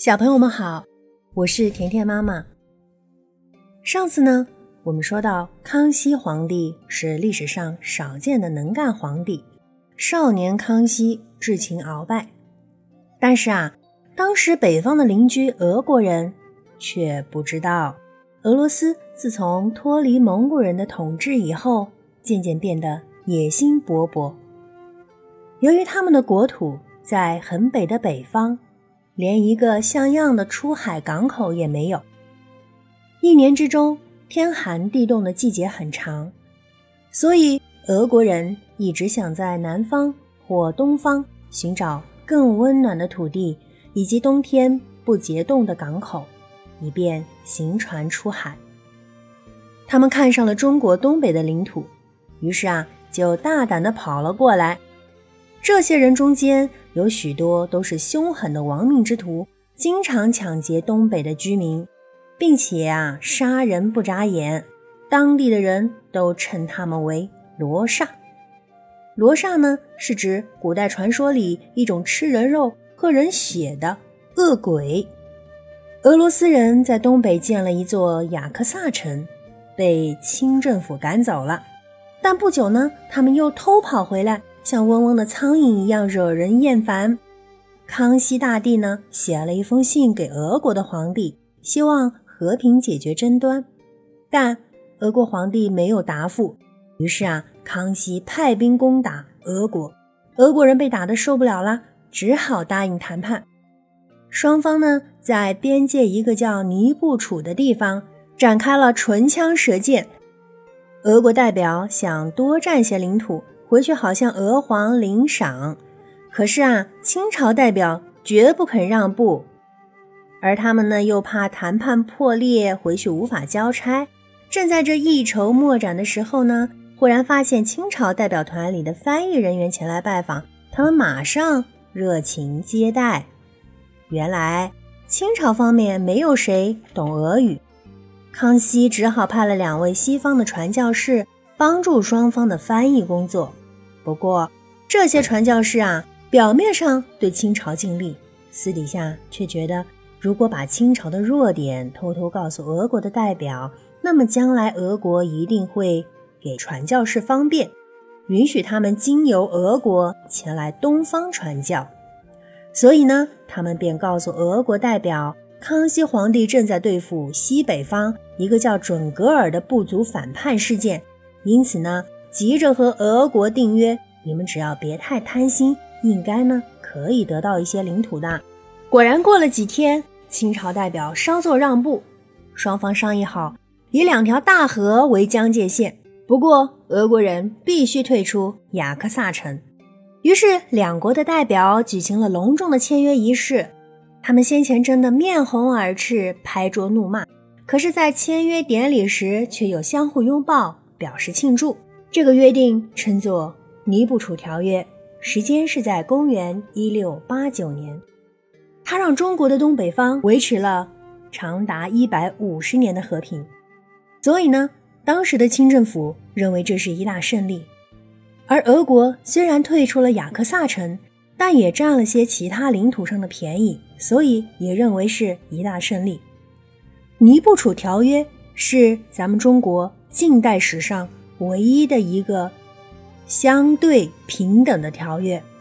小朋友们好，我是甜甜妈妈。上次呢，我们说到康熙皇帝是历史上少见的能干皇帝，少年康熙智擒鳌拜。但是当时北方的邻居俄国人却不知道，俄罗斯自从脱离蒙古人的统治以后，渐渐变得野心勃勃。由于他们的国土在很北的北方，连一个像样的出海港口也没有。一年之中，天寒地冻的季节很长，所以俄国人一直想在南方或东方寻找更温暖的土地以及冬天不结冻的港口，以便行船出海。他们看上了中国东北的领土，于是就大胆地跑了过来。这些人中间有许多都是凶狠的亡命之徒，经常抢劫东北的居民，并且杀人不眨眼，当地的人都称他们为罗刹。罗刹呢，是指古代传说里一种吃人肉喝人血的恶鬼。俄罗斯人在东北建了一座雅克萨城，被清政府赶走了，但不久呢，他们又偷跑回来，像嗡嗡的苍蝇一样惹人厌烦。康熙大帝呢，写了一封信给俄国的皇帝，希望和平解决争端，但俄国皇帝没有答复。于是康熙派兵攻打俄国，俄国人被打得受不了了，只好答应谈判。双方呢，在边界一个叫尼布楚的地方展开了唇枪舌剑。俄国代表想多占些领土，回去好向俄皇领赏，可是清朝代表绝不肯让步，而他们呢又怕谈判破裂，回去无法交差。正在这一筹莫展的时候呢，忽然发现清朝代表团里的翻译人员前来拜访，他们马上热情接待。原来清朝方面没有谁懂俄语，康熙只好派了2位西方的传教士帮助双方的翻译工作。不过这些传教士表面上对清朝尽力，私底下却觉得如果把清朝的弱点偷偷告诉俄国的代表，那么将来俄国一定会给传教士方便，允许他们经由俄国前来东方传教。所以呢，他们便告诉俄国代表，康熙皇帝正在对付西北方一个叫准噶尔的部族反叛事件，因此呢，急着和俄国订约，你们只要别太贪心，应该呢可以得到一些领土的。果然过了几天，清朝代表稍作让步，双方商议好以2条大河为疆界线，不过俄国人必须退出雅克萨城。于是2国的代表举行了隆重的签约仪式，他们先前争得面红耳赤，拍桌怒骂，可是在签约典礼时却又相互拥抱，表示庆祝。这个约定称作尼布楚条约，时间是在公元1689年。它让中国的东北方维持了长达150年的和平。所以呢，当时的清政府认为这是一大胜利。而俄国虽然退出了雅克萨城，但也占了些其他领土上的便宜，所以也认为是一大胜利。尼布楚条约是咱们中国近代史上唯一的一个相对平等的条约。